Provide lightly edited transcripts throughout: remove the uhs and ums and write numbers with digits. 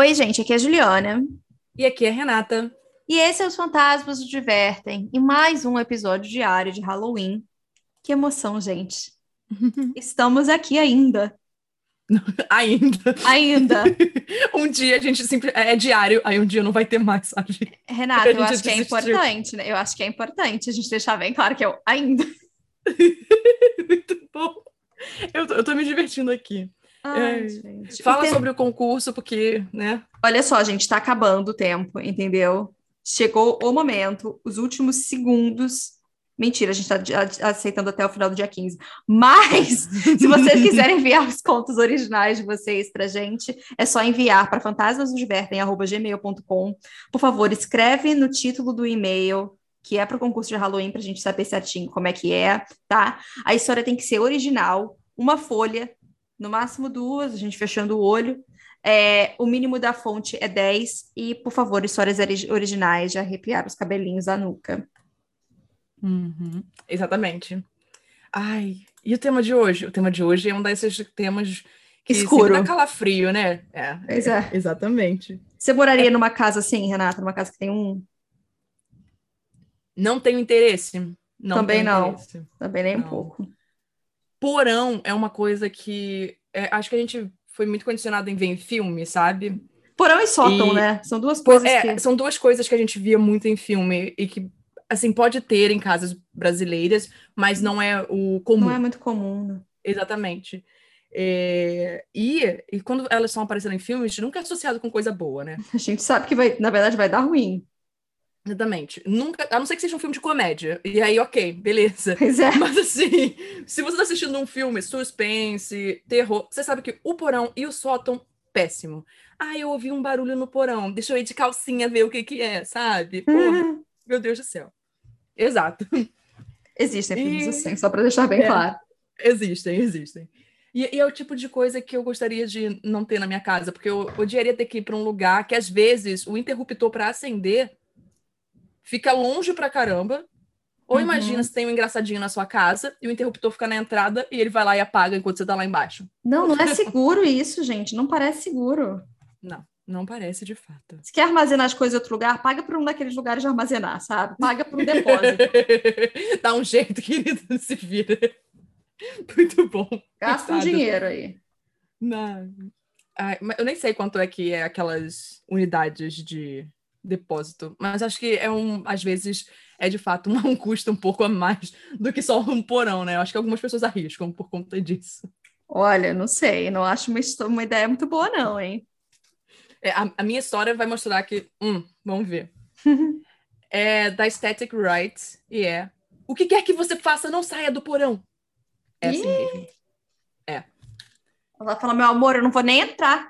Oi, gente, aqui é a Juliana. E aqui é a Renata. E esse é Os Fantasmas nos Divertem. E mais um episódio diário de Halloween. Que emoção, gente. Estamos aqui ainda. Ainda. Ainda. Um dia a gente sempre. É diário, aí um dia não vai ter mais, sabe? A Renata, eu gente acho que é desistiu. importante, né? Eu acho que é importante a gente deixar bem claro que eu ainda. Muito bom. Eu tô me divertindo aqui. Ai, É. gente. Fala sobre o concurso, porque, né? Olha só, gente, tá acabando o tempo, entendeu? Chegou o momento, os últimos segundos. Mentira, a gente tá aceitando até o final do dia 15. Mas, se vocês quiserem enviar os contos originais de vocês pra gente, é só enviar para fantasmasnosdivertem@gmail.com. Por favor, escreve no título do e-mail que é para o concurso de Halloween pra gente saber certinho como é que é, tá? A história tem que ser original, uma folha, no máximo duas, a gente fechando o olho. O mínimo da fonte é 10 e, por favor, histórias originais de arrepiar os cabelinhos da nuca. Uhum, exatamente. Ai, e o tema de hoje? O tema de hoje é um desses temas que sempre dá Escuro. calafrio, né? Pois é. Exatamente. Você moraria É, numa casa assim, Renata? Numa casa que tem um? não tenho interesse. Não Também tenho não. interesse. Também nem um Não. pouco. Porão é uma coisa que acho que a gente foi muito condicionado em ver em filme, sabe? Porão e sótão, E né? São duas coisas que são duas coisas que a gente via muito em filme e que, assim, pode ter em casas brasileiras, mas não é o não é comum. muito comum, né? Exatamente. E quando elas estão aparecendo em filmes, nunca é associado com coisa boa, né? A gente sabe que vai, na verdade, vai dar ruim. Exatamente. Nunca, a não ser que seja um filme de comédia. E aí, ok, beleza. Pois é. Mas assim, se você tá assistindo um filme suspense, terror, você sabe que o porão e o sótão, péssimo. Ah, eu ouvi um barulho no porão. Deixa eu ir de calcinha ver o que que é, sabe? Porra, meu Deus do céu. Exato. Existem filmes assim, E só para deixar bem é, claro. existem. E é o tipo de coisa que eu gostaria de não ter na minha casa, porque eu odiaria ter que ir para um lugar que, às vezes, o interruptor para acender fica longe pra caramba. Ou imagina Uhum. se tem um engraçadinho na sua casa e o interruptor fica na entrada e ele vai lá e apaga enquanto você tá lá embaixo. Não, não é seguro isso, gente. Não parece seguro. Não, não parece de fato. Se quer armazenar as coisas em outro lugar, paga por um daqueles lugares de armazenar, sabe? Paga por um depósito. Dá um jeito, querido, se vira. Muito bom, Gasta um coitado. dinheiro aí. Não. Ai, mas eu nem sei quanto é que é aquelas unidades de depósito, mas acho que às vezes é de fato um custo um pouco a mais do que só um porão, né? Eu acho que algumas pessoas arriscam por conta disso. Olha, não sei, não acho uma ideia muito boa, não, hein? A minha história vai mostrar que, vamos ver. É da Static Rights e o que quer que você faça, não saia do porão. É assim Ih, mesmo. É. ela fala, meu amor, eu não vou nem entrar.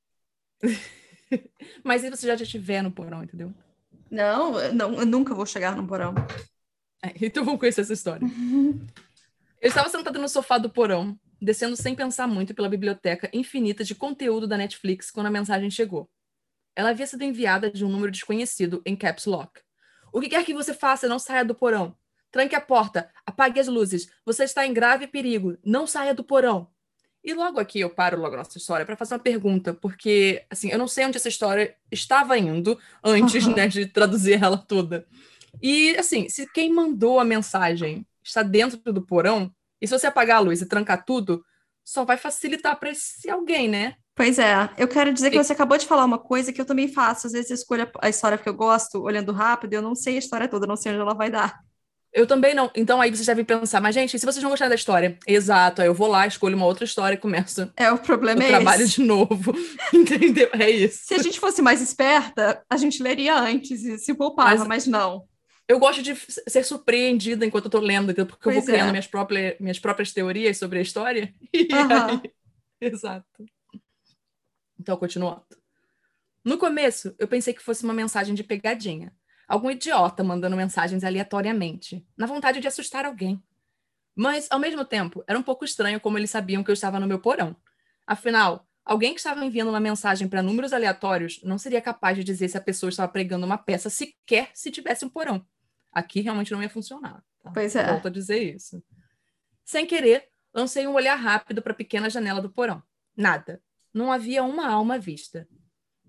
Mas aí você já estiver no porão, entendeu? Não, eu nunca vou chegar no porão. Então vamos conhecer essa história. Eu estava sentada no sofá do porão, descendo sem pensar muito pela biblioteca infinita de conteúdo da Netflix quando a mensagem chegou. Ela havia sido enviada de um número desconhecido em caps lock. O que quer que você faça, não saia do porão. Tranque a porta, apague as luzes. Você está em grave perigo. Não saia do porão. E logo aqui eu paro logo a nossa história para fazer uma pergunta, porque assim, eu não sei onde essa história estava indo antes, né, de traduzir ela toda. E assim, se quem mandou a mensagem está dentro do porão, e se você apagar a luz e trancar tudo, só vai facilitar para esse alguém, né? Pois é, eu quero dizer que E você acabou de falar uma coisa que eu também faço. Às vezes eu escolho a história que eu gosto, olhando rápido, e eu não sei a história toda, eu não sei onde ela vai dar. eu também não. Então aí vocês devem pensar, mas gente, se vocês não gostarem da história, exato, aí eu vou lá, escolho uma outra história e começo O o problema é trabalho esse. de novo. Entendeu? É isso. Se a gente fosse mais esperta, a gente leria antes e se poupava, Mas mas não. eu gosto de ser surpreendida enquanto eu tô lendo, entendeu? Porque eu vou Pois criando é. minhas próprias teorias sobre a história. E aí, Aham. exato. Então, continuando. No começo, eu pensei que fosse uma mensagem de pegadinha. Algum idiota mandando mensagens aleatoriamente, na vontade de assustar alguém. Mas, ao mesmo tempo, era um pouco estranho como eles sabiam que eu estava no meu porão. Afinal, alguém que estava enviando uma mensagem para números aleatórios não seria capaz de dizer se a pessoa estava pregando uma peça sequer se tivesse um porão. Aqui realmente não ia funcionar. Tá? Pois Volto é. a dizer isso. Sem querer, lancei um olhar rápido para a pequena janela do porão. Nada. Não havia uma alma à vista.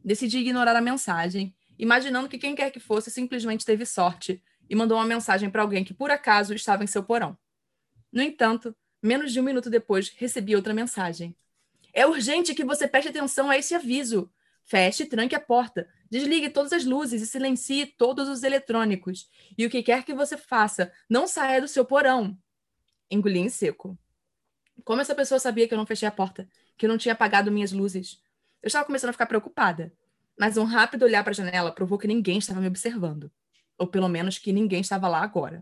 Decidi ignorar a mensagem, imaginando que quem quer que fosse simplesmente teve sorte e mandou uma mensagem para alguém que, por acaso, estava em seu porão. No entanto, menos de 1 minuto depois, recebi outra mensagem. É urgente que você preste atenção a esse aviso. Feche e tranque a porta. Desligue todas as luzes e silencie todos os eletrônicos. E o que quer que você faça, não saia do seu porão. Engoli em seco. Como essa pessoa sabia que eu não fechei a porta, que eu não tinha apagado minhas luzes? Eu estava começando a ficar preocupada. Mas um rápido olhar para a janela provou que ninguém estava me observando. Ou pelo menos que ninguém estava lá agora.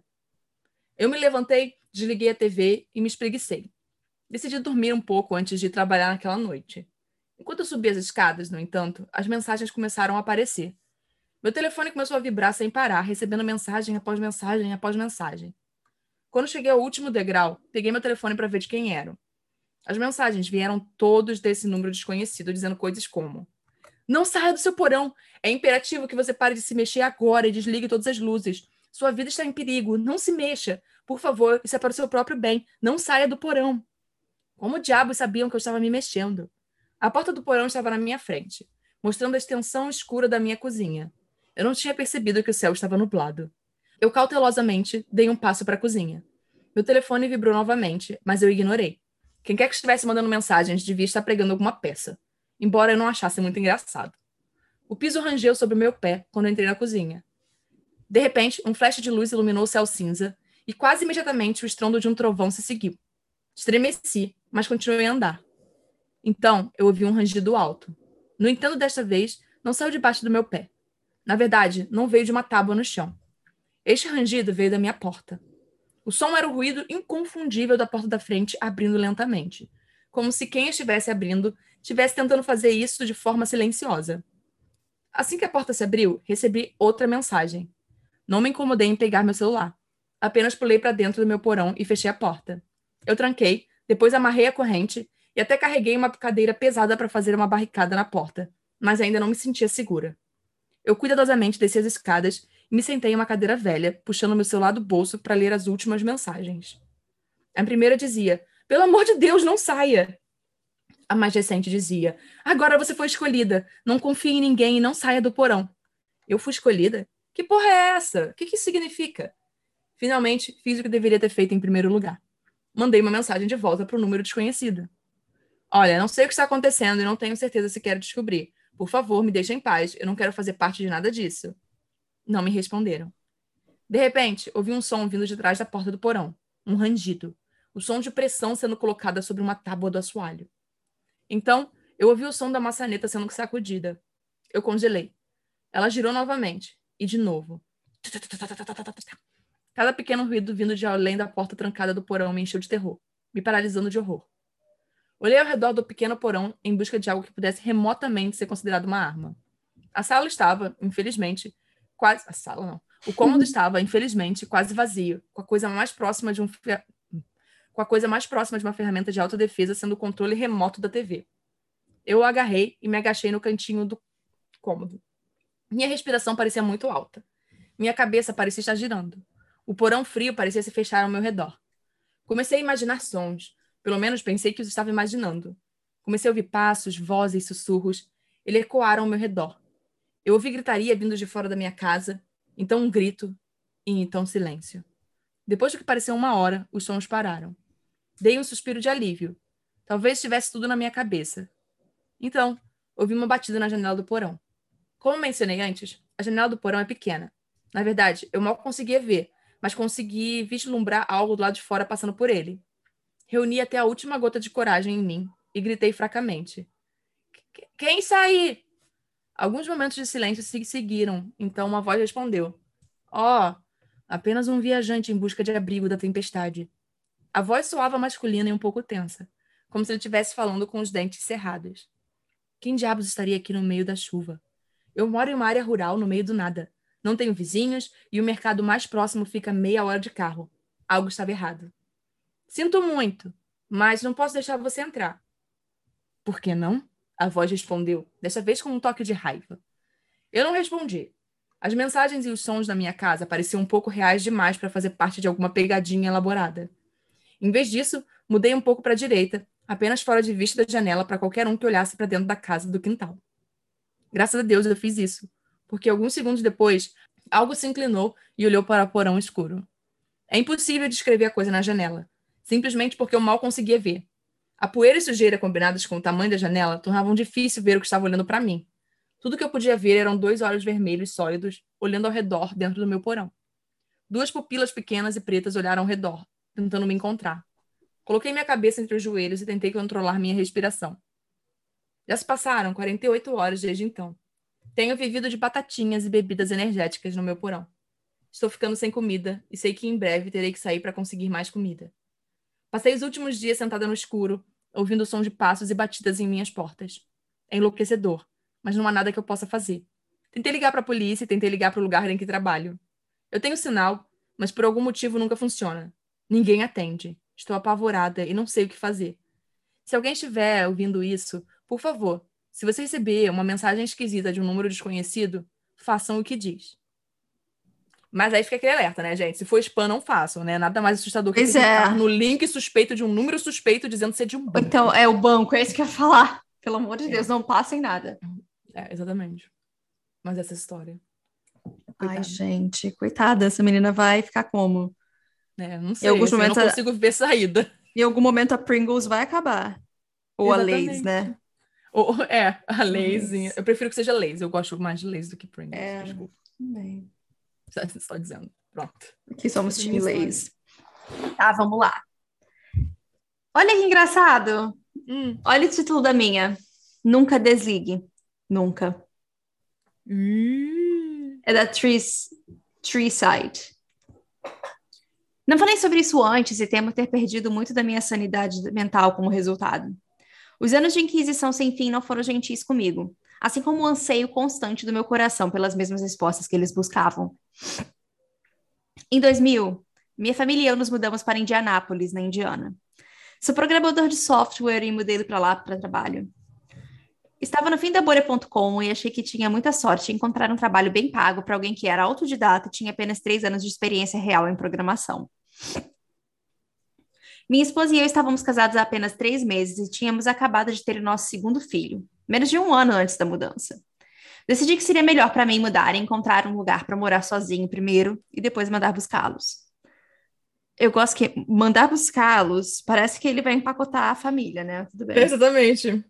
Eu me levantei, desliguei a TV e me espreguicei. Decidi dormir um pouco antes de ir trabalhar naquela noite. Enquanto eu subia as escadas, no entanto, as mensagens começaram a aparecer. Meu telefone começou a vibrar sem parar, recebendo mensagem após mensagem após mensagem. Quando cheguei ao último degrau, peguei meu telefone para ver de quem eram. As mensagens vieram todos desse número desconhecido, dizendo coisas como: não saia do seu porão. É imperativo que você pare de se mexer agora e desligue todas as luzes. Sua vida está em perigo. Não se mexa. Por favor, isso é para o seu próprio bem. Não saia do porão. Como diabos sabiam que eu estava me mexendo? A porta do porão estava na minha frente, mostrando a extensão escura da minha cozinha. Eu não tinha percebido que o céu estava nublado. Eu cautelosamente dei um passo para a cozinha. Meu telefone vibrou novamente, mas eu ignorei. Quem quer que estivesse mandando mensagens devia estar pregando alguma peça, embora eu não achasse muito engraçado. O piso rangeu sobre o meu pé quando eu entrei na cozinha. De repente, um flash de luz iluminou o céu cinza e quase imediatamente o estrondo de um trovão se seguiu. Estremeci, mas continuei a andar. Então, eu ouvi um rangido alto. No entanto, desta vez, não saiu debaixo do meu pé. Na verdade, não veio de uma tábua no chão. Este rangido veio da minha porta. O som era o ruído inconfundível da porta da frente abrindo lentamente, como se quem estivesse abrindo estivesse tentando fazer isso de forma silenciosa. Assim que a porta se abriu, recebi outra mensagem. Não me incomodei em pegar meu celular. Apenas pulei para dentro do meu porão e fechei a porta. Eu tranquei, depois amarrei a corrente e até carreguei uma cadeira pesada para fazer uma barricada na porta, mas ainda não me sentia segura. Eu cuidadosamente desci as escadas e me sentei em uma cadeira velha, puxando meu celular do bolso para ler as últimas mensagens. A primeira dizia: pelo amor de Deus, não saia! A mais recente dizia: agora você foi escolhida. Não confie em ninguém e não saia do porão. Eu fui escolhida? Que porra é essa? O que isso significa? Finalmente, fiz o que deveria ter feito em primeiro lugar. Mandei uma mensagem de volta para o número desconhecido. Olha, não sei o que está acontecendo e não tenho certeza se quero descobrir. Por favor, me deixe em paz. Eu não quero fazer parte de nada disso. Não me responderam. De repente, ouvi um som vindo de trás da porta do porão. Um rangido. O som de pressão sendo colocada sobre uma tábua do assoalho. Então, eu ouvi o som da maçaneta sendo sacudida. Eu congelei. Ela girou novamente. E de novo. Cada pequeno ruído vindo de além da porta trancada do porão me encheu de terror, me paralisando de horror. Olhei ao redor do pequeno porão em busca de algo que pudesse remotamente ser considerado uma arma. A sala estava, infelizmente, quase... A sala não. O cômodo estava, infelizmente, quase vazio, com a coisa mais próxima de uma ferramenta de autodefesa sendo o controle remoto da TV. Eu o agarrei e me agachei no cantinho do cômodo. Minha respiração parecia muito alta. Minha cabeça parecia estar girando. O porão frio parecia se fechar ao meu redor. Comecei a imaginar sons. Pelo menos pensei que os estava imaginando. Comecei a ouvir passos, vozes, sussurros. Eles ecoaram ao meu redor. Eu ouvi gritaria vindo de fora da minha casa, então um grito, e então silêncio. Depois do que pareceu 1 hora, os sons pararam. Dei um suspiro de alívio. Talvez estivesse tudo na minha cabeça. Então, ouvi uma batida na janela do porão. Como mencionei antes, a janela do porão é pequena. Na verdade, eu mal conseguia ver, mas consegui vislumbrar algo do lado de fora passando por ele. Reuni até a última gota de coragem em mim e gritei fracamente. Quem está aí? Alguns momentos de silêncio se seguiram, então uma voz respondeu. Oh, apenas um viajante em busca de abrigo da tempestade. A voz soava masculina e um pouco tensa, como se ele estivesse falando com os dentes cerrados. Quem diabos estaria aqui no meio da chuva? Eu moro em uma área rural no meio do nada. Não tenho vizinhos e o mercado mais próximo fica a meia hora de carro. Algo estava errado. Sinto muito, mas não posso deixar você entrar. Por que não? A voz respondeu, desta vez com um toque de raiva. Eu não respondi. As mensagens e os sons da minha casa pareciam um pouco reais demais para fazer parte de alguma pegadinha elaborada. Em vez disso, mudei um pouco para a direita, apenas fora de vista da janela para qualquer um que olhasse para dentro da casa do quintal. Graças a Deus eu fiz isso, porque alguns segundos depois, algo se inclinou e olhou para o porão escuro. É impossível descrever a coisa na janela, simplesmente porque eu mal conseguia ver. A poeira e sujeira combinadas com o tamanho da janela tornavam difícil ver o que estava olhando para mim. Tudo que eu podia ver eram 2 olhos vermelhos sólidos olhando ao redor dentro do meu porão. 2 pupilas pequenas e pretas olharam ao redor, tentando me encontrar. Coloquei minha cabeça entre os joelhos e tentei controlar minha respiração. Já se passaram 48 horas desde então. Tenho vivido de batatinhas e bebidas energéticas no meu porão. Estou ficando sem comida e sei que em breve terei que sair para conseguir mais comida. Passei os últimos dias sentada no escuro, ouvindo o som de passos e batidas em minhas portas. É enlouquecedor, mas não há nada que eu possa fazer. Tentei ligar para a polícia e tentei ligar para o lugar em que trabalho. Eu tenho sinal, mas por algum motivo nunca funciona. Ninguém atende. Estou apavorada e não sei o que fazer. Se alguém estiver ouvindo isso, por favor, se você receber uma mensagem esquisita de um número desconhecido, façam o que diz. Mas aí fica aquele alerta, né, gente? Se for spam, não façam, né? Nada mais assustador que Pois clicar é. no link suspeito de um número suspeito dizendo ser de um banco. Então, é o banco, é isso que eu ia falar. Pelo amor de Deus, não passem nada. Exatamente. Mas essa história. Ai, Coitada. gente, coitada, essa menina vai ficar como? Não Em sei, alguns assim, eu não momentos, consigo ver saída. em algum momento a Pringles vai acabar. Ou a Lay's, Exatamente. né? A Layzinha. Lay's. Eu prefiro que seja Lay's. Eu gosto mais de Lay's do que Pringles. É, Desculpa. também. Só dizendo. Pronto. Aqui somos Essa é a Team minha história. Lay's. Tá, vamos lá. Olha que engraçado. Olha o título da minha. Nunca desligue. Nunca. É da Treeside. Não falei sobre isso antes e temo ter perdido muito da minha sanidade mental como resultado. Os anos de inquisição sem fim não foram gentis comigo, assim como o anseio constante do meu coração pelas mesmas respostas que eles buscavam. Em 2000, minha família e eu nos mudamos para Indianápolis, na Indiana. Sou programador de software e mudei para lá para trabalho. Estava no fim da bolha.com e achei que tinha muita sorte em encontrar um trabalho bem pago para alguém que era autodidata e tinha apenas 3 anos de experiência real em programação. Minha esposa e eu estávamos casados há apenas 3 meses e tínhamos acabado de ter o nosso segundo filho, menos de 1 ano antes da mudança. Decidi que seria melhor para mim mudar e encontrar um lugar para morar sozinho primeiro e depois mandar buscá-los. Eu gosto que mandar buscá-los parece que ele vai empacotar a família, né? Tudo bem. Exatamente.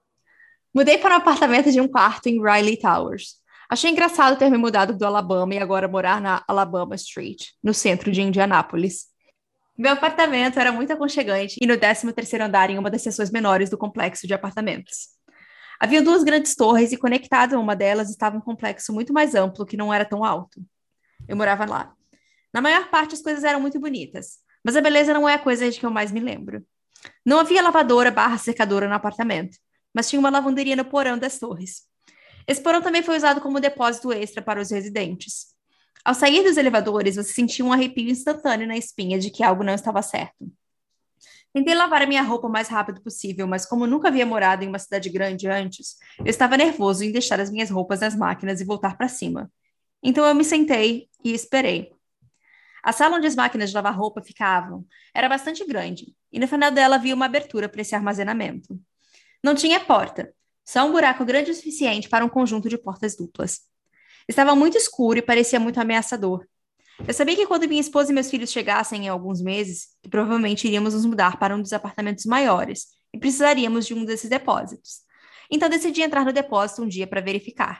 Mudei para um apartamento de um quarto em Riley Towers. Achei engraçado ter me mudado do Alabama e agora morar na Alabama Street, no centro de Indianápolis. Meu apartamento era muito aconchegante e no 13º andar em uma das seções menores do complexo de apartamentos. Havia 2 grandes torres e conectado a uma delas estava um complexo muito mais amplo que não era tão alto. Eu morava lá. Na maior parte as coisas eram muito bonitas, mas a beleza não é a coisa de que eu mais me lembro. Não havia lavadora barra secadora no apartamento, mas tinha uma lavanderia no porão das torres. Esse porão também foi usado como depósito extra para os residentes. Ao sair dos elevadores, você sentia um arrepio instantâneo na espinha de que algo não estava certo. Tentei lavar a minha roupa o mais rápido possível, mas como nunca havia morado em uma cidade grande antes, eu estava nervoso em deixar as minhas roupas nas máquinas e voltar para cima. Então eu me sentei e esperei. A sala onde as máquinas de lavar roupa ficavam era bastante grande, e no final dela havia uma abertura para esse armazenamento. Não tinha porta, só um buraco grande o suficiente para um conjunto de portas duplas. Estava muito escuro e parecia muito ameaçador. Eu sabia que quando minha esposa e meus filhos chegassem em alguns meses, que provavelmente iríamos nos mudar para um dos apartamentos maiores e precisaríamos de um desses depósitos. Então decidi entrar no depósito um dia para verificar.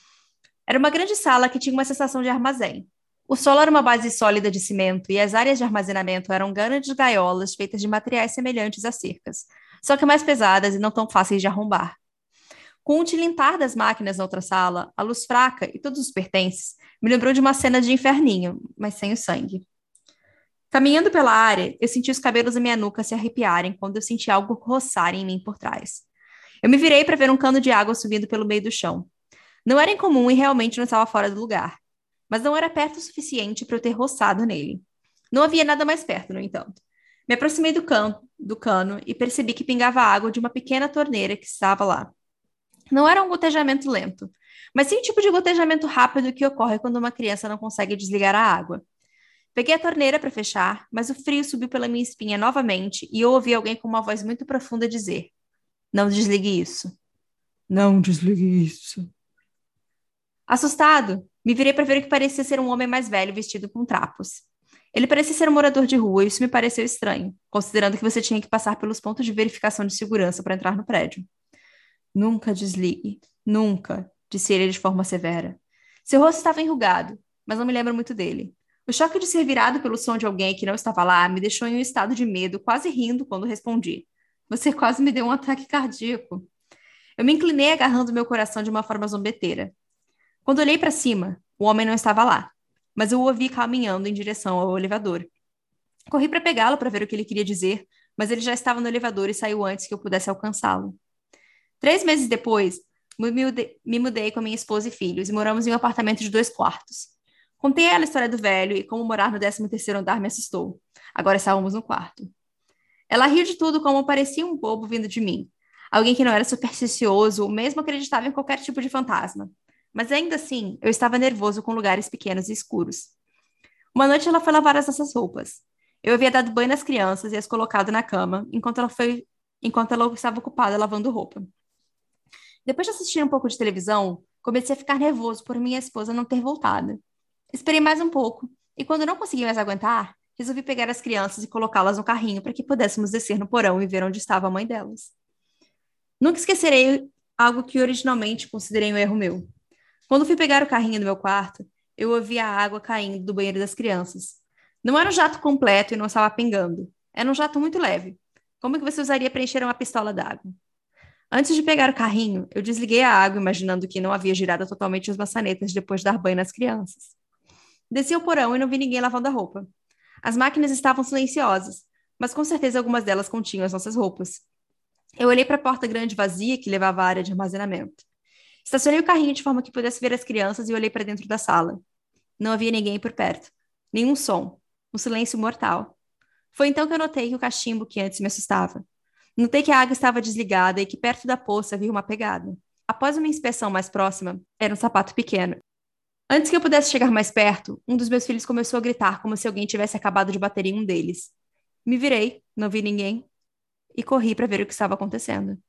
Era uma grande sala que tinha uma sensação de armazém. O solo era uma base sólida de cimento e as áreas de armazenamento eram grandes gaiolas feitas de materiais semelhantes a cercas, só que mais pesadas e não tão fáceis de arrombar. Com o tilintar das máquinas na outra sala, a luz fraca e todos os pertences, me lembrou de uma cena de inferninho, mas sem o sangue. Caminhando pela área, eu senti os cabelos da minha nuca se arrepiarem quando eu senti algo roçar em mim por trás. Eu me virei para ver um cano de água subindo pelo meio do chão. Não era incomum e realmente não estava fora do lugar, mas não era perto o suficiente para eu ter roçado nele. Não havia nada mais perto, no entanto. Me aproximei do cano e percebi que pingava água de uma pequena torneira que estava lá. Não era um gotejamento lento, mas sim o tipo de gotejamento rápido que ocorre quando uma criança não consegue desligar a água. Peguei a torneira para fechar, mas o frio subiu pela minha espinha novamente e eu ouvi alguém com uma voz muito profunda dizer: "Não desligue isso. Não desligue isso." Assustado, me virei para ver o que parecia ser um homem mais velho vestido com trapos. Ele parecia ser um morador de rua e isso me pareceu estranho, considerando que você tinha que passar pelos pontos de verificação de segurança para entrar no prédio. Nunca desligue, nunca, disse ele de forma severa. Seu rosto estava enrugado, mas não me lembro muito dele. O choque de ser virado pelo som de alguém que não estava lá me deixou em um estado de medo, quase rindo quando respondi. Você quase me deu um ataque cardíaco. Eu me inclinei agarrando meu coração de uma forma zombeteira. Quando olhei para cima, o homem não estava lá, mas eu o ouvi caminhando em direção ao elevador. Corri para pegá-lo para ver o que ele queria dizer, mas ele já estava no elevador e saiu antes que eu pudesse alcançá-lo. 3 meses depois, me mudei com minha esposa e filhos e moramos em um apartamento de 2 quartos. Contei a ela a história do velho e como morar no 13º andar me assustou. Agora estávamos no quarto. Ela riu de tudo como parecia um bobo vindo de mim. Alguém que não era supersticioso ou mesmo acreditava em qualquer tipo de fantasma. Mas ainda assim, eu estava nervoso com lugares pequenos e escuros. Uma noite ela foi lavar as nossas roupas. Eu havia dado banho nas crianças e as colocado na cama, enquanto ela estava ocupada lavando roupa. Depois de assistir um pouco de televisão, comecei a ficar nervoso por minha esposa não ter voltado. Esperei mais um pouco, e quando não consegui mais aguentar, resolvi pegar as crianças e colocá-las no carrinho para que pudéssemos descer no porão e ver onde estava a mãe delas. Nunca esquecerei algo que originalmente considerei um erro meu. Quando fui pegar o carrinho no meu quarto, eu ouvi a água caindo do banheiro das crianças. Não era um jato completo e não estava pingando. Era um jato muito leve. Como que você usaria para encher uma pistola d'água? Antes de pegar o carrinho, eu desliguei a água, imaginando que não havia girado totalmente as maçanetas depois de dar banho nas crianças. Desci ao porão e não vi ninguém lavando a roupa. As máquinas estavam silenciosas, mas com certeza algumas delas continham as nossas roupas. Eu olhei para a porta grande vazia que levava à área de armazenamento. Estacionei o carrinho de forma que pudesse ver as crianças e olhei para dentro da sala. Não havia ninguém por perto. Nenhum som. Um silêncio mortal. Foi então que eu notei que o cachimbo que antes me assustava. Notei que a água estava desligada e que perto da poça havia uma pegada. Após uma inspeção mais próxima, era um sapato pequeno. Antes que eu pudesse chegar mais perto, um dos meus filhos começou a gritar como se alguém tivesse acabado de bater em um deles. Me virei, não vi ninguém, e corri para ver o que estava acontecendo.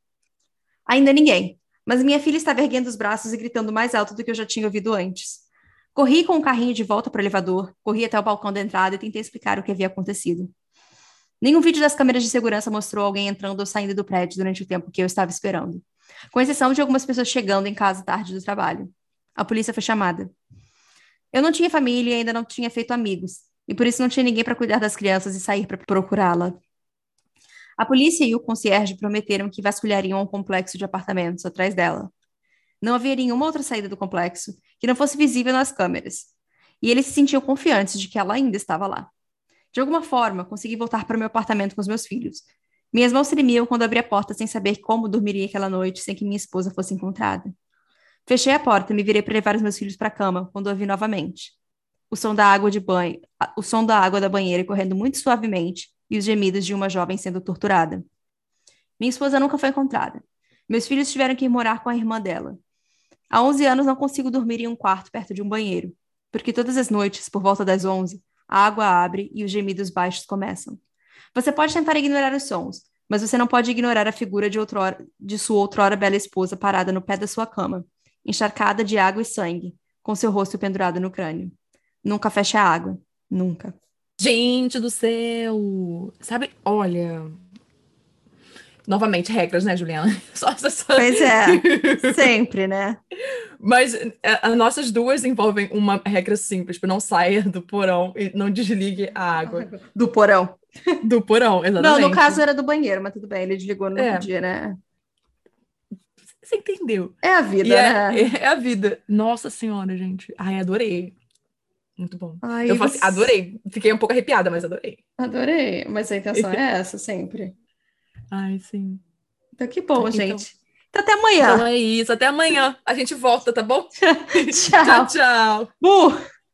Ainda ninguém, mas minha filha estava erguendo os braços e gritando mais alto do que eu já tinha ouvido antes. Corri com o carrinho de volta para o elevador, corri até o balcão da entrada e tentei explicar o que havia acontecido. Nenhum vídeo das câmeras de segurança mostrou alguém entrando ou saindo do prédio durante o tempo que eu estava esperando, com exceção de algumas pessoas chegando em casa tarde do trabalho. A polícia foi chamada. Eu não tinha família e ainda não tinha feito amigos, e por isso não tinha ninguém para cuidar das crianças e sair para procurá-la. A polícia e o concierge prometeram que vasculhariam um complexo de apartamentos atrás dela. Não havia nenhuma outra saída do complexo que não fosse visível nas câmeras, e eles se sentiam confiantes de que ela ainda estava lá. De alguma forma, consegui voltar para o meu apartamento com os meus filhos. Minhas mãos tremiam quando abri a porta sem saber como dormiria aquela noite sem que minha esposa fosse encontrada. Fechei a porta e me virei para levar os meus filhos para a cama quando ouvi novamente. O som da água de banho, o som da água da banheira correndo muito suavemente e os gemidos de uma jovem sendo torturada. Minha esposa nunca foi encontrada. Meus filhos tiveram que ir morar com a irmã dela. Há 11 anos não consigo dormir em um quarto perto de um banheiro, porque todas as noites, por volta das 11, a água abre e os gemidos baixos começam. Você pode tentar ignorar os sons, mas você não pode ignorar a figura de sua outrora bela esposa parada no pé da sua cama, encharcada de água e sangue, com seu rosto pendurado no crânio. Nunca feche a água. Nunca. Gente do céu! Sabe, olha. Novamente, regras, né, Juliana? Pois é, sempre, né? Mas as nossas duas envolvem uma regra simples, tipo, não saia do porão e não desligue a água. Do porão. Do porão, Não, exatamente. no caso era do banheiro, mas tudo bem, ele desligou, não É. podia, né? Você entendeu? É a vida, né? É a vida. Nossa senhora, gente. Ai, adorei. Muito bom. Ai, Eu falei assim, adorei. Fiquei um pouco arrepiada, mas adorei. Adorei, mas a intenção é essa sempre. Ai, sim. Então que bom, Então- gente. Então até amanhã. Então é isso. Até amanhã. A gente volta, tá bom? Tchau. Tchau, tchau.